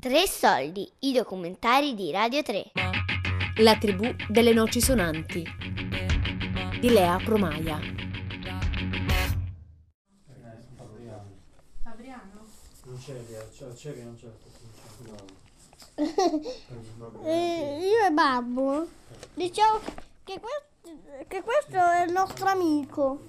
Tre soldi, i documentari di Radio 3. La tribù delle noci sonanti di Lea Promaia. Fabriano? Non c'è Lea, c'è non c'è. Io e Babbo diciamo che questo è il nostro amico.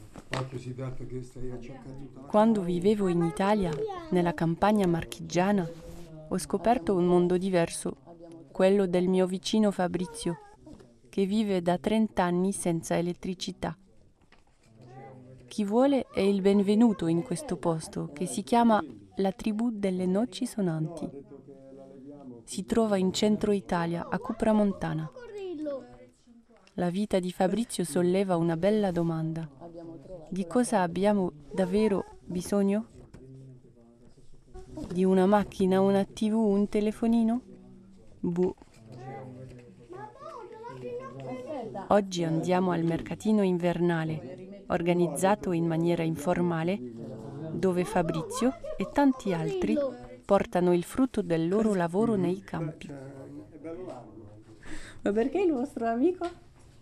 Quando vivevo in Italia, nella campagna marchigiana, ho scoperto un mondo diverso, quello del mio vicino Fabrizio, che vive da 30 anni senza elettricità. Chi vuole è il benvenuto in questo posto, che si chiama la tribù delle noci sonanti. Si trova in centro Italia, a Cupramontana. La vita di Fabrizio solleva una bella domanda. Di cosa abbiamo davvero bisogno? Di una macchina, una TV, un telefonino? Boh. Oggi andiamo al mercatino invernale, organizzato in maniera informale, dove Fabrizio e tanti altri portano il frutto del loro lavoro nei campi. Ma perché il vostro amico?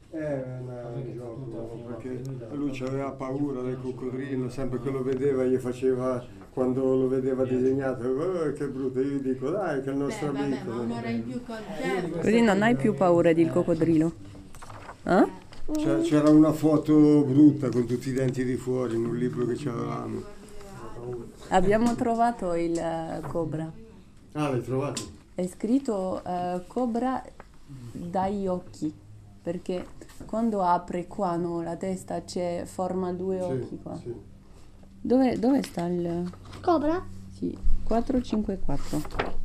Perché lui aveva paura del coccodrillo, sempre che lo vedeva gli faceva, quando lo vedeva disegnato, che brutto, io dico dai che è il nostro amico. Ma un'ora in più col tempo. Così non hai più paura del coccodrillo? C'era una foto brutta con tutti i denti di fuori in un libro che avevamo. Abbiamo trovato il cobra. Ah, l'hai trovato? È scritto cobra dagli occhi, perché quando apre qua, no, la testa c'è forma due occhi qua. Sì. Dove sta il... Cobra? Sì, 454.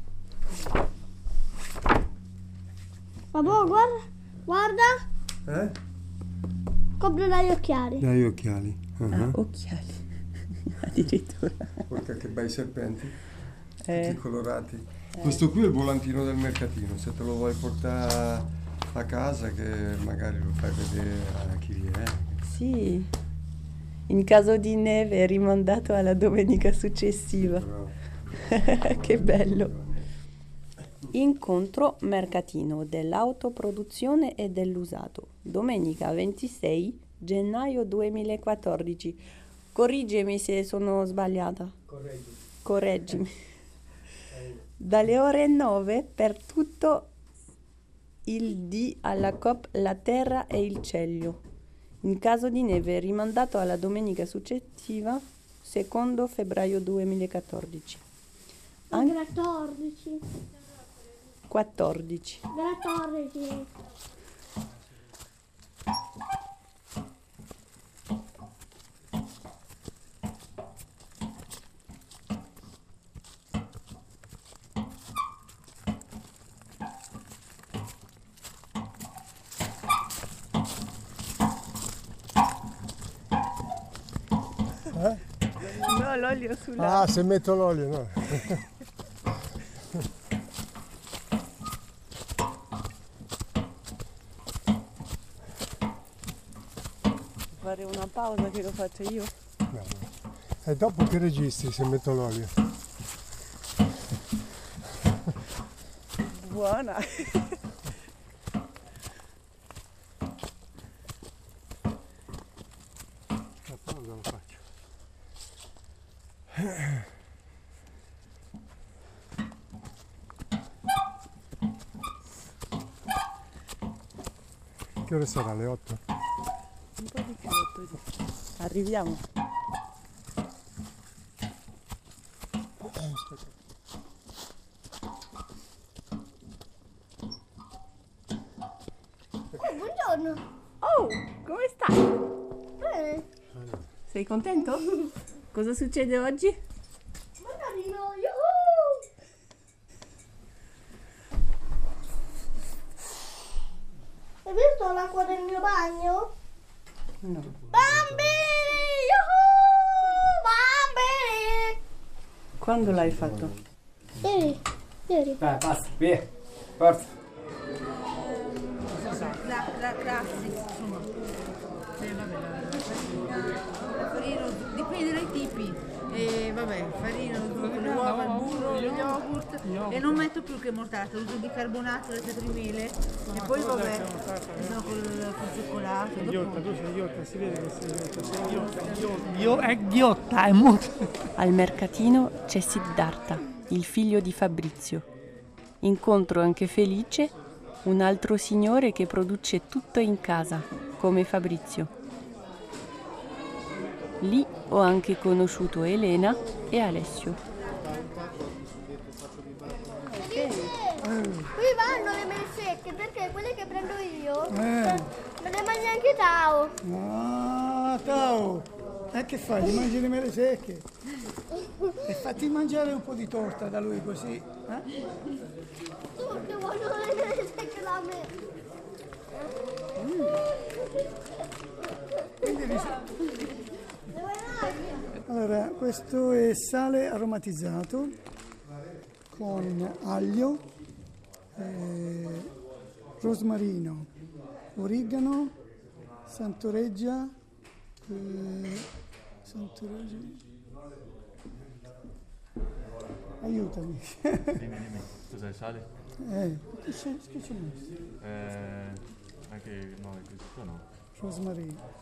Babbo, guarda. Cobra dagli occhiali. Dagli occhiali. Occhiali. Addirittura. Guarda che bei serpenti, tutti colorati. Questo qui è il volantino del mercatino, se te lo vuoi portare a casa che magari lo fai vedere a chi viene. Sì, in caso di neve è rimandato alla domenica successiva. Che bello. Incontro mercatino dell'autoproduzizione e dell'usato, domenica 26 gennaio 2014. Corriggimi se sono sbagliata. Correggimi. Dalle ore 9 per tutto il D alla COP La Terra e il Cielo. In caso di neve rimandato alla domenica successiva, 2 febbraio 2014. 14. 14. 14. No, l'olio sulla... Ah, se metto l'olio, no. Fare una pausa che lo faccio io. No. E dopo che registri se metto l'olio? Buona. La pausa la faccio. Che ore sarà? Le 8? Un po' di più, 8 di più. Arriviamo. Buongiorno. Oh, come stai? Bene. Sei contento? Cosa succede oggi? Mandarino, yuhu! Hai visto l'acqua del mio bagno? No. Bambini, yuhu! Bambini! Quando l'hai fatto? Ieri. Dai, basta, via, forza. La classica, insomma. Farina, dipende dai tipi. E vabbè, farina, l'uovo, il burro, lo yogurt e non metto più che mortata, uso bicarbonato, latte di mele e poi vabbè, no, col cioccolato. Ghiotta, tu sei ghiotta, si vede che sei ghiotta. È ghiotta, è molto. Al mercatino c'è Siddhartha, il figlio di Fabrizio. Incontro anche Felice, un altro signore che produce tutto in casa, come Fabrizio. Lì ho anche conosciuto Elena e Alessio. Qui vanno le mele secche perché quelle che prendo io me le mangia anche Tao. Ah, Tao! E che fai? Ti mangi le mele secche? E fatti mangiare un po' di torta da lui così. Tutti vogliono le mele secche da me. Allora, questo è sale aromatizzato con aglio, rosmarino, origano, santoreggia, aiutami. Dimmi, cos'è il sale? Che c'è messo? Anche no, questo no. Rosmarino.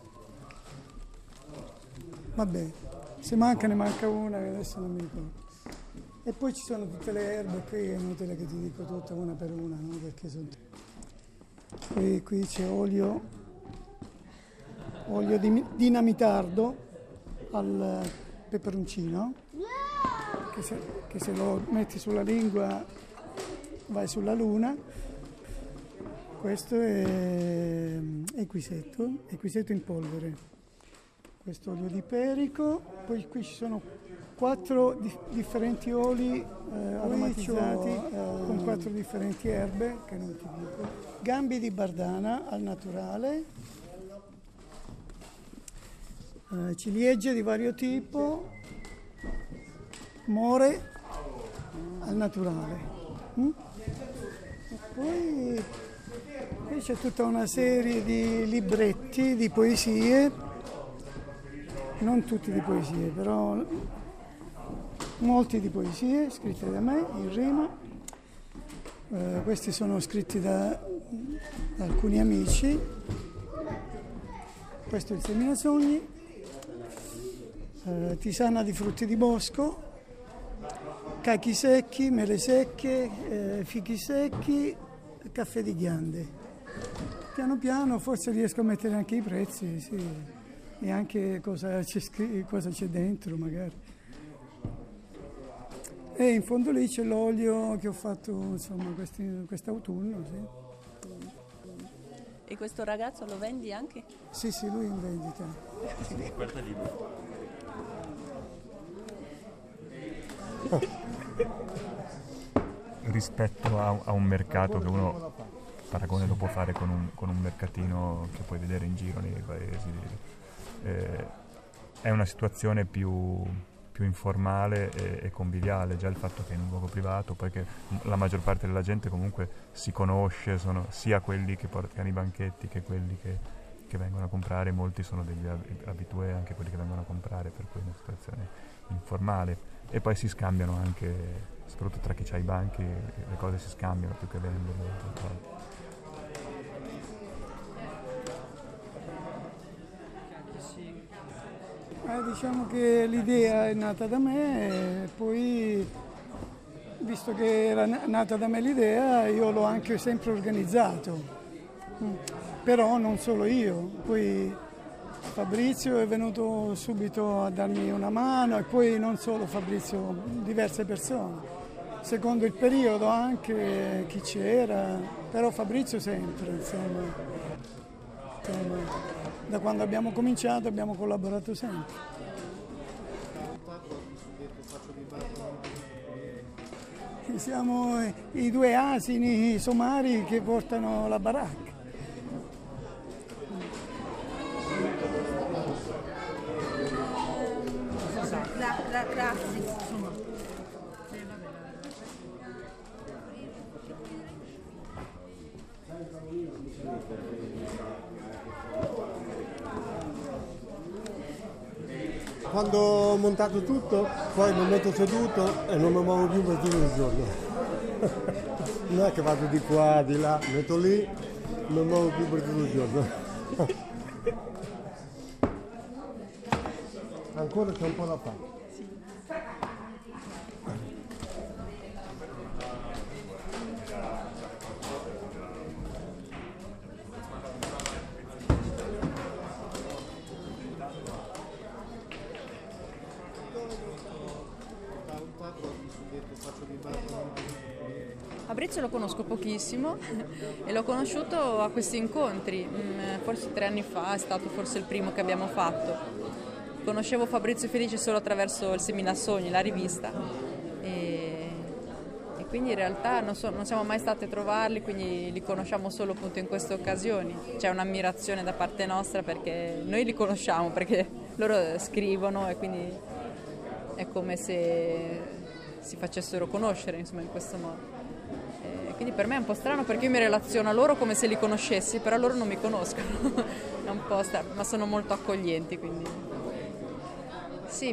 Vabbè, se manca ne manca una che adesso non mi ricordo. E poi ci sono tutte le erbe, qui è inutile che ti dico tutte una per una, no? Perché sono qui c'è olio di dinamitardo al peperoncino, che se lo metti sulla lingua vai sulla luna. Questo è equisetto in polvere. Questo olio di perico, poi qui ci sono 4 differenti oli aromatizzati con 4 differenti erbe, che non ti dico. Gambi di bardana al naturale, ciliegie di vario tipo, more al naturale. E poi qui c'è tutta una serie di libretti di poesie. Non tutti di poesie, però molti di poesie scritte da me in rima. Questi sono scritti da alcuni amici. Questo è il Seminasogni, tisana di frutti di bosco, cachi secchi, mele secche, fichi secchi, caffè di ghiande. Piano piano forse riesco a mettere anche i prezzi, sì. E anche cosa c'è dentro magari. E in fondo lì c'è l'olio che ho fatto insomma quest'autunno. Sì. E questo ragazzo lo vendi anche? Sì, lui è in vendita. Guarda libro. Rispetto a un mercato che uno paragone lo può fare con un mercatino che puoi vedere in giro nei paesi. È una situazione più informale e conviviale, già il fatto che è in un luogo privato, poi che la maggior parte della gente comunque si conosce, sono sia quelli che portano i banchetti che quelli che vengono a comprare, molti sono degli abitué, anche quelli che vengono a comprare, per cui è una situazione informale. E poi si scambiano anche, soprattutto tra chi ha i banchi, le cose si scambiano più che venderle. Diciamo che l'idea è nata da me e poi, visto che era nata da me l'idea, io l'ho anche sempre organizzato. Però non solo io, poi Fabrizio è venuto subito a darmi una mano e poi non solo Fabrizio, diverse persone. Secondo il periodo anche chi c'era, però Fabrizio sempre, insomma. Da quando abbiamo cominciato abbiamo collaborato sempre. Siamo i 2 asini somari che portano la baracca. Grazie, insomma. quando ho montato tutto, poi mi metto seduto e non mi muovo più per tutto il giorno. Non è che vado di qua, di là, metto lì, non mi muovo più per tutto il giorno. Ancora c'è un po' da fare. Fabrizio lo conosco pochissimo e l'ho conosciuto a questi incontri, forse 3 anni fa, è stato forse il primo che abbiamo fatto. Conoscevo Fabrizio Felice solo attraverso il Seminasogni, la rivista, e quindi in realtà non siamo mai stati a trovarli, quindi li conosciamo solo appunto in queste occasioni. C'è un'ammirazione da parte nostra perché noi li conosciamo, perché loro scrivono e quindi è come se si facessero conoscere, insomma, in questo modo. Quindi per me è un po' strano perché io mi relaziono a loro come se li conoscessi, però loro non mi conoscono. È un po' strano, ma sono molto accoglienti, quindi sì.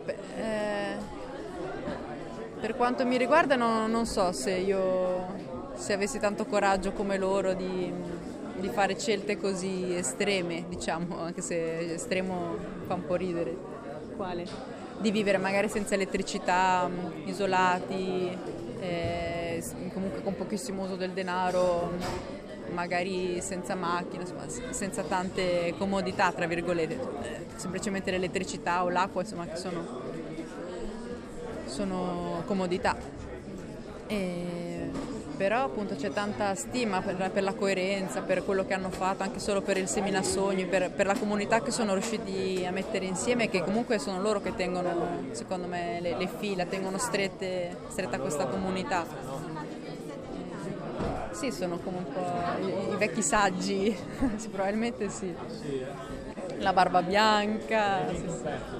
Per quanto mi riguarda non so se avessi tanto coraggio come loro di fare scelte così estreme, diciamo, anche se estremo fa un po' ridere. Quale? Di vivere magari senza elettricità, isolati, comunque con pochissimo uso del denaro, magari senza macchine, insomma, senza tante comodità, tra virgolette, semplicemente l'elettricità o l'acqua, insomma, che sono comodità. Però appunto c'è tanta stima per la coerenza, per quello che hanno fatto, anche solo per il Seminasogni, per la comunità che sono riusciti a mettere insieme, che comunque sono loro che tengono, secondo me, le fila, tengono stretta questa comunità. Sì, sono come un po' i vecchi saggi, sì, probabilmente sì. La barba bianca, sì.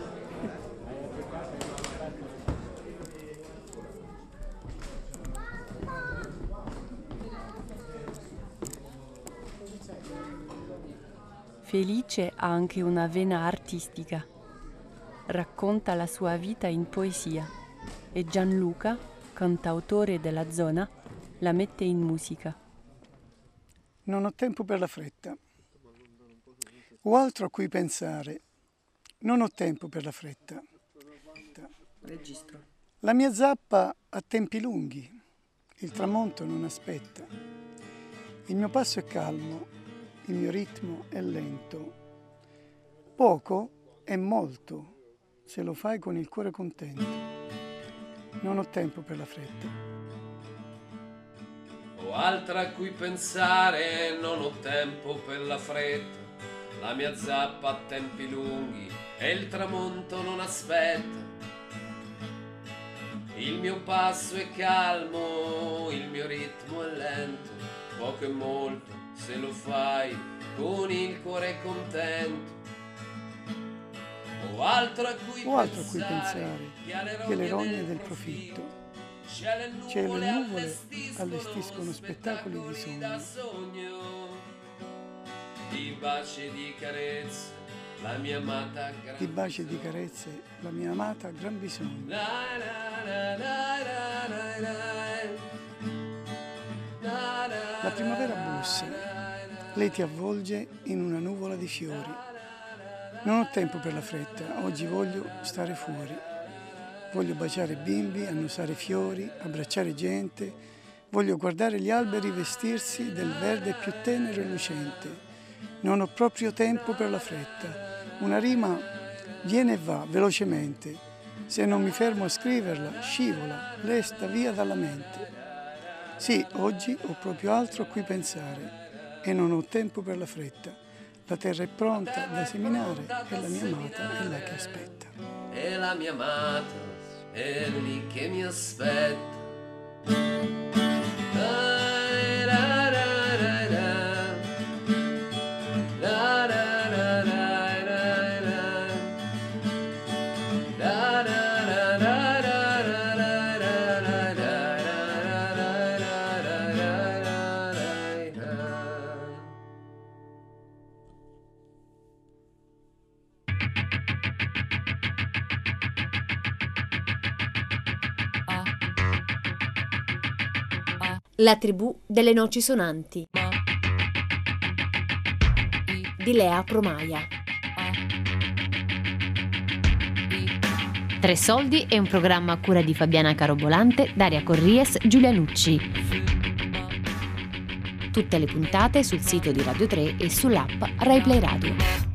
Felice ha anche una vena artistica. Racconta la sua vita in poesia e Gianluca, cantautore della zona, la mette in musica. Non ho tempo per la fretta. Ho altro a cui pensare. Non ho tempo per la fretta. Registro. La mia zappa ha tempi lunghi. Il tramonto non aspetta. Il mio passo è calmo. Il mio ritmo è lento. Poco è molto se lo fai con il cuore contento. Non ho tempo per la fretta. Ho altro a cui pensare, non ho tempo per la fretta. La mia zappa ha tempi lunghi e il tramonto non aspetta. Il mio passo è calmo, il mio ritmo è lento. Poco e molto se lo fai con il cuore contento. Ho altro a cui pensare che le rogne del profitto. C'è le nuvole allestiscono spettacoli di sogno. Di baci e di carezze la mia amata gran Di baci e di carezze la mia amata ha gran bisogno. La primavera bussa, lei ti avvolge in una nuvola di fiori. Non ho tempo per la fretta, oggi voglio stare fuori. Voglio baciare bimbi, annusare fiori, abbracciare gente. Voglio guardare gli alberi vestirsi del verde più tenero e lucente. Non ho proprio tempo per la fretta. Una rima viene e va velocemente. Se non mi fermo a scriverla, scivola, resta via dalla mente. Sì, oggi ho proprio altro a cui pensare e non ho tempo per la fretta. La terra è pronta da seminare e la mia amata è là che aspetta. E la mia amata è lì che mi aspetta. La tribù delle noci sonanti di Lea Promaia. 3 soldi è un programma a cura di Fabiana Carobolante, Daria Corries, Giulia Nucci. Tutte le puntate sul sito di Radio 3 e sull'app Rai Play Radio.